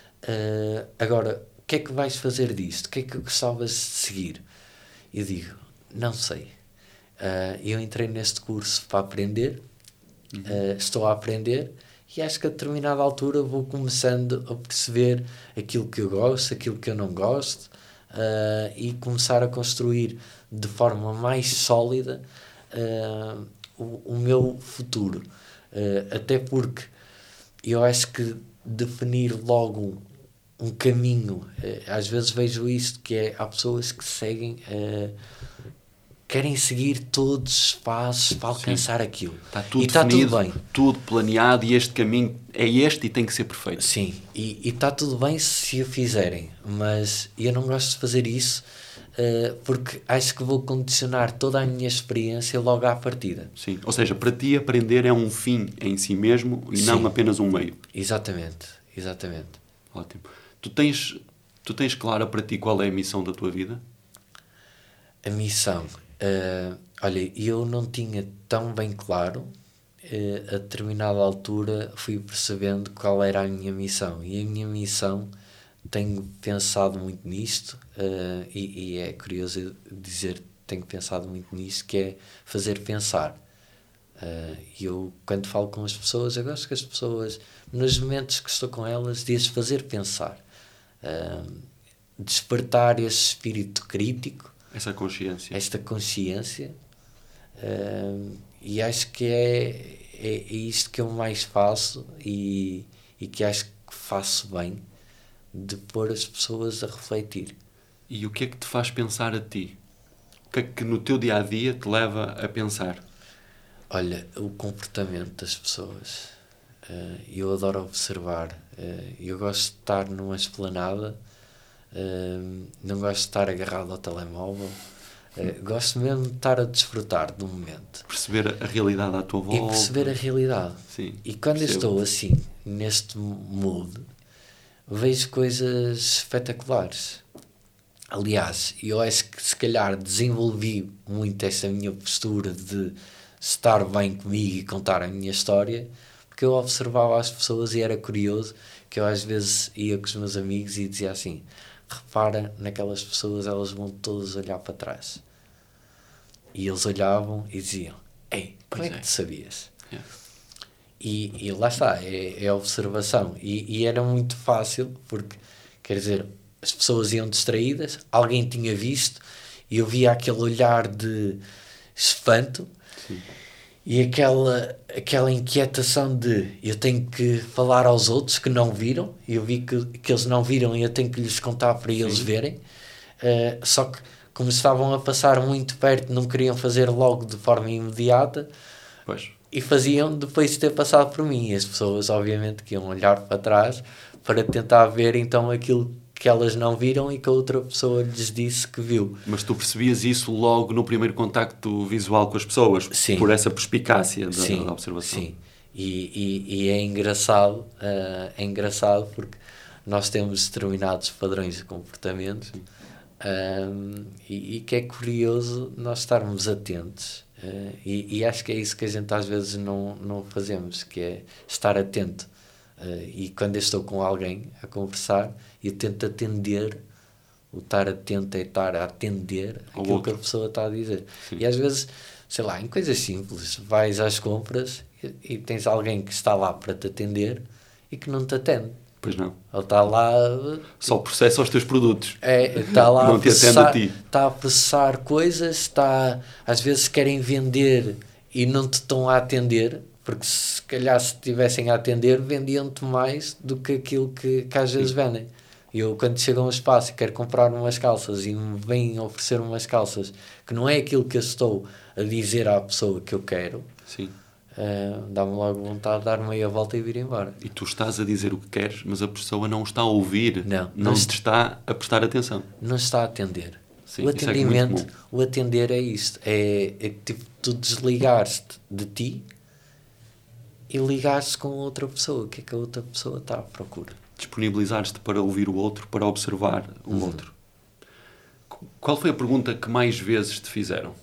Uh, agora, o que é que vais fazer disto? O que é que gostavas de seguir? Eu digo, não sei. Uh, eu entrei neste curso para aprender, uhum. uh, estou a aprender e acho que a determinada altura vou começando a perceber aquilo que eu gosto, aquilo que eu não gosto, uh, e começar a construir de forma mais sólida uh, o, o meu futuro. Uh, até porque eu acho que definir logo um caminho, uh, às vezes vejo isto, que é, há pessoas que seguem, uh, querem seguir todos os passos para alcançar Sim. aquilo. Está tudo e está definido, tudo bem. Tudo planeado e este caminho é este e tem que ser perfeito. Sim, e, e está tudo bem se o fizerem, mas eu não gosto de fazer isso uh, porque acho que vou condicionar toda a minha experiência logo à partida. Sim, ou seja, para ti aprender é um fim em si mesmo e Sim. não apenas um meio. Exatamente, exatamente. Ótimo. Tu tens, tu tens clara para ti qual é a missão da tua vida? A missão... Uh, olha, eu não tinha tão bem claro, uh, a determinada altura fui percebendo qual era a minha missão, e a minha missão, tenho pensado muito nisto, uh, e, e é curioso dizer tenho pensado muito nisto, que é fazer pensar. Uh, eu, quando falo com as pessoas, eu gosto que as pessoas, nos momentos que estou com elas, diz fazer pensar, uh, despertar esse espírito crítico, essa consciência. Esta consciência, uh, e acho que é, é, é isto que eu mais faço e, e que acho que faço bem, de pôr as pessoas a refletir. E o que é que te faz pensar a ti? O que é que no teu dia-a-dia te leva a pensar? Olha, o comportamento das pessoas. Uh, eu adoro observar. Uh, eu gosto de estar numa esplanada. Uh, não gosto de estar agarrado ao telemóvel, uh, gosto mesmo de estar a desfrutar do momento, perceber a realidade à tua volta e perceber a realidade. Sim, e quando eu estou assim neste mood, vejo coisas espetaculares. Aliás, eu acho que se calhar desenvolvi muito essa minha postura de estar bem comigo e contar a minha história, porque eu observava as pessoas e era curioso, que eu às vezes ia com os meus amigos e dizia assim: repara naquelas pessoas, elas vão todas olhar para trás. E eles olhavam e diziam: ei, como é que tu sabias? Yeah. E, e lá está, é, é a observação. E, e era muito fácil, porque, quer dizer, as pessoas iam distraídas, alguém tinha visto, e eu via aquele olhar de espanto. Sim. E aquela, aquela inquietação de eu tenho que falar aos outros que não viram, e eu vi que, que eles não viram e eu tenho que lhes contar para eles Sim. verem. Uh, só que, como estavam a passar muito perto, não queriam fazer logo de forma imediata. Pois. e faziam depois de ter passado por mim. E as pessoas, obviamente, que iam olhar para trás para tentar ver então aquilo que elas não viram e que a outra pessoa lhes disse que viu. Mas tu percebias isso logo no primeiro contacto visual com as pessoas? Sim. Por essa perspicácia da, sim, da observação? Sim, e, e, e é engraçado, uh, é engraçado porque nós temos determinados padrões de comportamento um, e, e que é curioso nós estarmos atentos. Uh, e, e acho que é isso que a gente às vezes não, não fazemos, que é estar atento. Uh, e quando eu estou com alguém a conversar, eu tento atender. O estar atento é estar a atender ao aquilo outro. Que a pessoa está a dizer. Sim. E às vezes, sei lá, em coisas simples, vais às compras e, e tens alguém que está lá para te atender e que não te atende. Pois não. Ele está lá... Só processa os teus produtos. É, está lá não a te atende processar, a ti. está a processar coisas, está, às vezes querem vender e não te estão a atender, porque se calhar se estivessem a atender, vendiam-te mais do que aquilo que, que às vezes Sim. vendem. Eu, quando chego a um espaço e quero comprar umas calças e me vêm oferecer umas calças que não é aquilo que eu estou a dizer à pessoa que eu quero, Sim. uh, dá-me logo vontade de dar meia volta e vir embora. E tu estás a dizer o que queres, mas a pessoa não está a ouvir, Não. não Não te está a prestar atenção. Não está a atender. Sim, o isso é atendimento, muito comum. o atender é isto. É, é tipo tu desligares-te de ti e ligares com outra pessoa. O que é que a outra pessoa está à procura? Disponibilizares-te para ouvir o outro, para observar o Uhum. outro. Qual foi a pergunta que mais vezes te fizeram?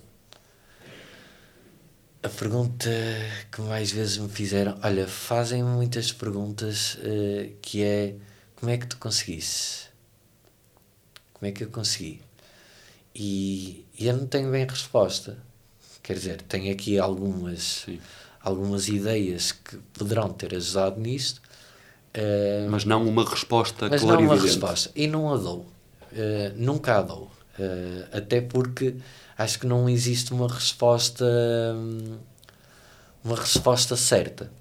A pergunta que mais vezes me fizeram... Olha, fazem muitas perguntas uh, que é... Como é que tu conseguisse? Como é que eu consegui? E, e eu não tenho bem resposta. Quer dizer, tenho aqui algumas, algumas ideias que poderão ter ajudado nisto. Uh, mas não uma resposta mas clara não uma e evidente. resposta. E não a dou. Uh, nunca a dou. Uh, até porque acho que não existe uma resposta um, uma resposta certa.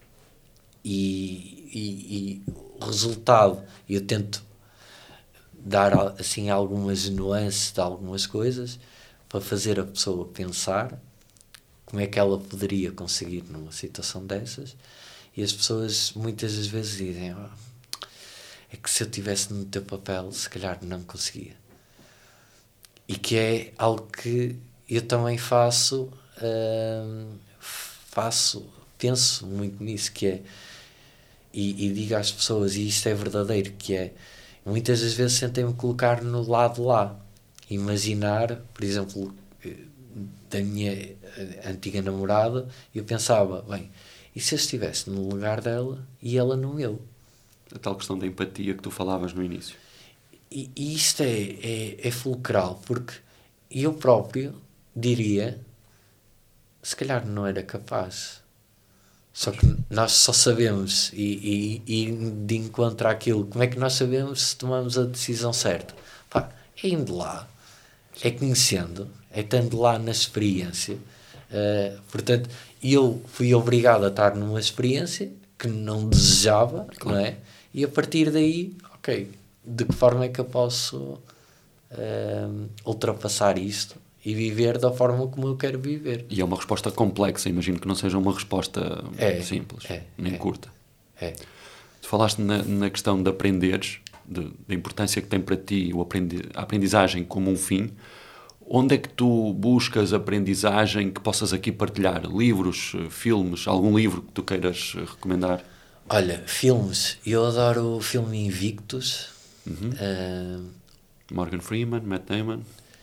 E, e, e o resultado, eu tento dar assim algumas nuances de algumas coisas para fazer a pessoa pensar como é que ela poderia conseguir numa situação dessas. E as pessoas muitas das vezes dizem: oh, é que se eu estivesse no teu papel, se calhar não conseguia. E que é algo que eu também faço, hum, faço, penso muito nisso, que é, e, e digo às pessoas, e isto é verdadeiro, que é, muitas das vezes tentei-me colocar no lado lá, imaginar, por exemplo, da minha antiga namorada, e eu pensava, bem, e se eu estivesse no lugar dela e ela no meu? A tal questão da empatia que tu falavas no início. E, e isto é, é, é fulcral, porque eu próprio diria, se calhar não era capaz. Só que nós só sabemos, e, e, e de encontro àquilo, como é que nós sabemos se tomamos a decisão certa? Pá, é indo lá, é conhecendo, é estando lá na experiência. Uh, portanto, eu fui obrigado a estar numa experiência que não desejava, claro. Não é? E a partir daí, ok, de que forma é que eu posso uh, ultrapassar isto e viver da forma como eu quero viver? E é uma resposta complexa, imagino que não seja uma resposta é, simples, é, nem é, curta. É. Tu falaste na, na questão de aprenderes, de, da importância que tem para ti o aprendi, a aprendizagem como um fim. Onde é que tu buscas aprendizagem que possas aqui partilhar? Livros, filmes, algum livro que tu queiras recomendar? Olha, filmes. Eu adoro o filme Invictus. Uhum. Uh, Morgan Freeman, Matt Damon.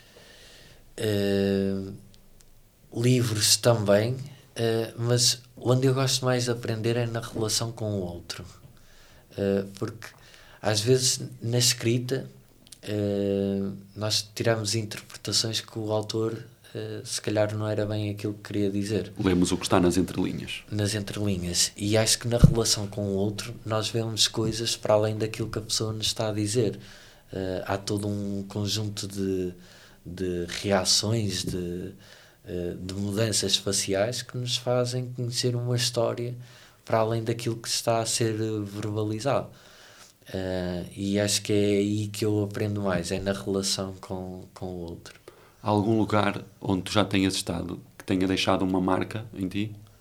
Uh, livros também. Uh, mas onde eu gosto mais de aprender é na relação com o outro. Uh, porque às vezes na escrita... Uh, nós tiramos interpretações que o autor uh, se calhar não era bem aquilo que queria dizer. Lemos o que está nas entrelinhas. Nas entrelinhas. E acho que na relação com o outro nós vemos coisas para além daquilo que a pessoa nos está a dizer. Uh, há todo um conjunto de, de reações, de, uh, de mudanças faciais que nos fazem conhecer uma história para além daquilo que está a ser verbalizado. Uh, e acho que é aí que eu aprendo mais, é na relação com, com o outro. Há algum lugar onde tu já tenhas estado que tenha deixado uma marca em ti?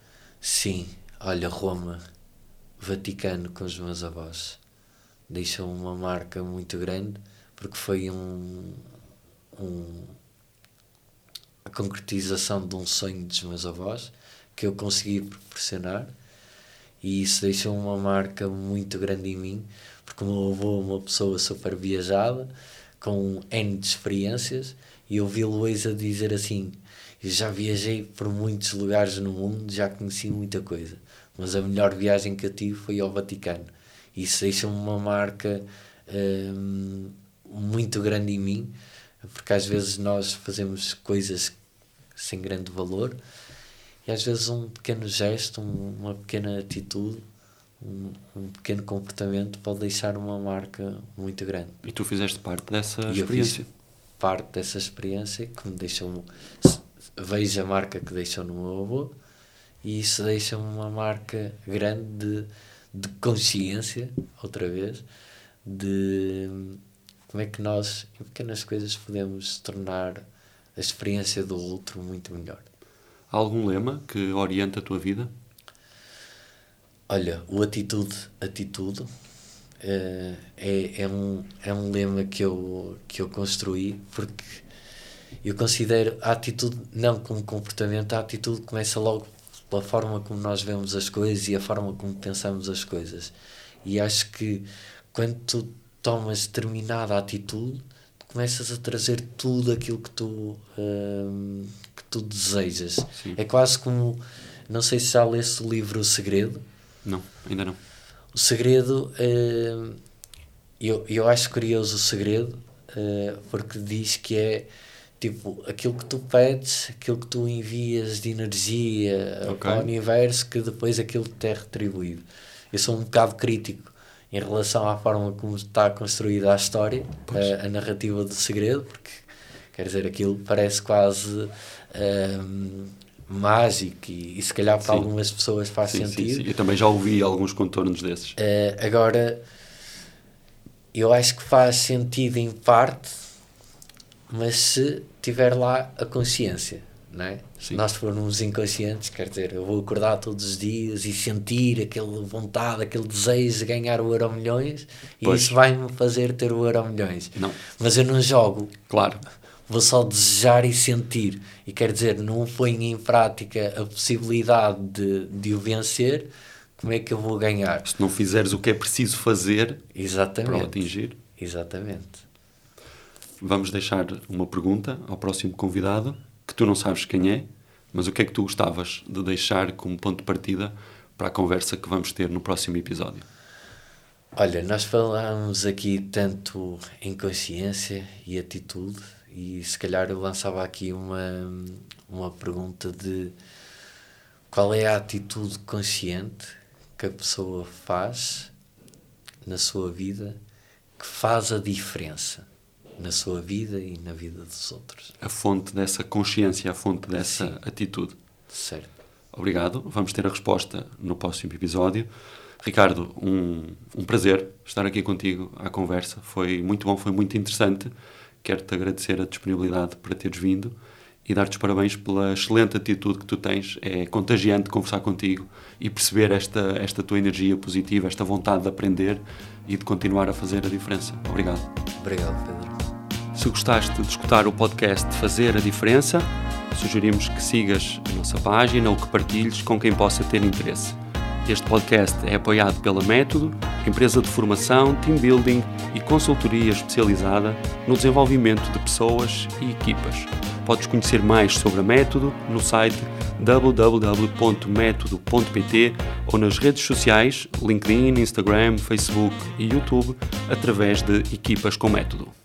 Sim, olha, Roma, Vaticano com os meus avós. Deixou uma marca muito grande, porque foi um, um, a concretização de um sonho dos meus avós, que eu consegui proporcionar, e isso deixou uma marca muito grande em mim, porque o meu avô é uma pessoa super viajada, com N de experiências, e eu vi-lo hoje a dizer assim: eu já viajei por muitos lugares no mundo, já conheci muita coisa, mas a melhor viagem que eu tive foi ao Vaticano. Isso deixa uma marca hum, muito grande em mim, porque às vezes nós fazemos coisas sem grande valor, e às vezes um pequeno gesto, um, uma pequena atitude, um, um pequeno comportamento pode deixar uma marca muito grande. E tu fizeste parte dessa e experiência? Eu fiz parte dessa experiência que me deixou... Vejo a marca que deixou no meu avô, e isso deixa uma marca grande de, de consciência, outra vez, de como é que nós, em pequenas coisas, podemos tornar a experiência do outro muito melhor. Há algum lema que orienta a tua vida? Olha, o atitude, atitude uh, é, é, um, é um lema que eu, que eu construí, porque eu considero a atitude não como comportamento, a atitude começa logo pela forma como nós vemos as coisas e a forma como pensamos as coisas. E acho que quando tu tomas determinada atitude, tu começas a trazer tudo aquilo que tu, hum, que tu desejas. Sim. É quase como, não sei se já leste o livro O Segredo. Não, ainda não. O Segredo, hum, eu, eu acho curioso o Segredo, hum, porque diz que é tipo, aquilo que tu pedes, aquilo que tu envias de energia okay. para o universo, que depois aquilo te é retribuído. Eu sou um bocado crítico em relação à forma como está construída a história, a, a narrativa do Segredo, porque, quer dizer, aquilo parece quase um, mágico e, e se calhar para sim. algumas pessoas faz sim, sentido. Sim, sim. Eu também já ouvi alguns contornos desses. Uh, agora, eu acho que faz sentido em parte, mas se tiver lá a consciência, não é? Se nós formos inconscientes, quer dizer, eu vou acordar todos os dias e sentir aquela vontade, aquele desejo de ganhar o Euro Milhões, e pois. Isso vai-me fazer ter o Euro Milhões. Não. Mas eu não jogo. Claro. Vou só desejar e sentir. E quer dizer, não ponho em prática a possibilidade de, de o vencer, como é que eu vou ganhar? Se não fizeres o que é preciso fazer Exatamente. para o atingir. Exatamente. Vamos deixar uma pergunta ao próximo convidado, que tu não sabes quem é, mas o que é que tu gostavas de deixar como ponto de partida para a conversa que vamos ter no próximo episódio? Olha, nós falámos aqui tanto em consciência e atitude, e se calhar eu lançava aqui uma, uma pergunta de qual é a atitude consciente que a pessoa faz na sua vida que faz a diferença na sua vida e na vida dos outros. A fonte dessa consciência, a fonte dessa Sim. atitude. Certo. Obrigado. Vamos ter a resposta no próximo episódio. Ricardo, um, um prazer estar aqui contigo à conversa. Foi muito bom, foi muito interessante. Quero-te agradecer a disponibilidade para teres vindo e dar-te os parabéns pela excelente atitude que tu tens. É contagiante conversar contigo e perceber esta, esta tua energia positiva, esta vontade de aprender e de continuar a fazer a diferença. Obrigado. Obrigado, Pedro. Se gostaste de escutar o podcast Fazer a Diferença, sugerimos que sigas a nossa página ou que partilhes com quem possa ter interesse. Este podcast é apoiado pela Método, empresa de formação, team building e consultoria especializada no desenvolvimento de pessoas e equipas. Podes conhecer mais sobre a Método no site w w w ponto método ponto p t ou nas redes sociais LinkedIn, Instagram, Facebook e YouTube através de Equipas com Método.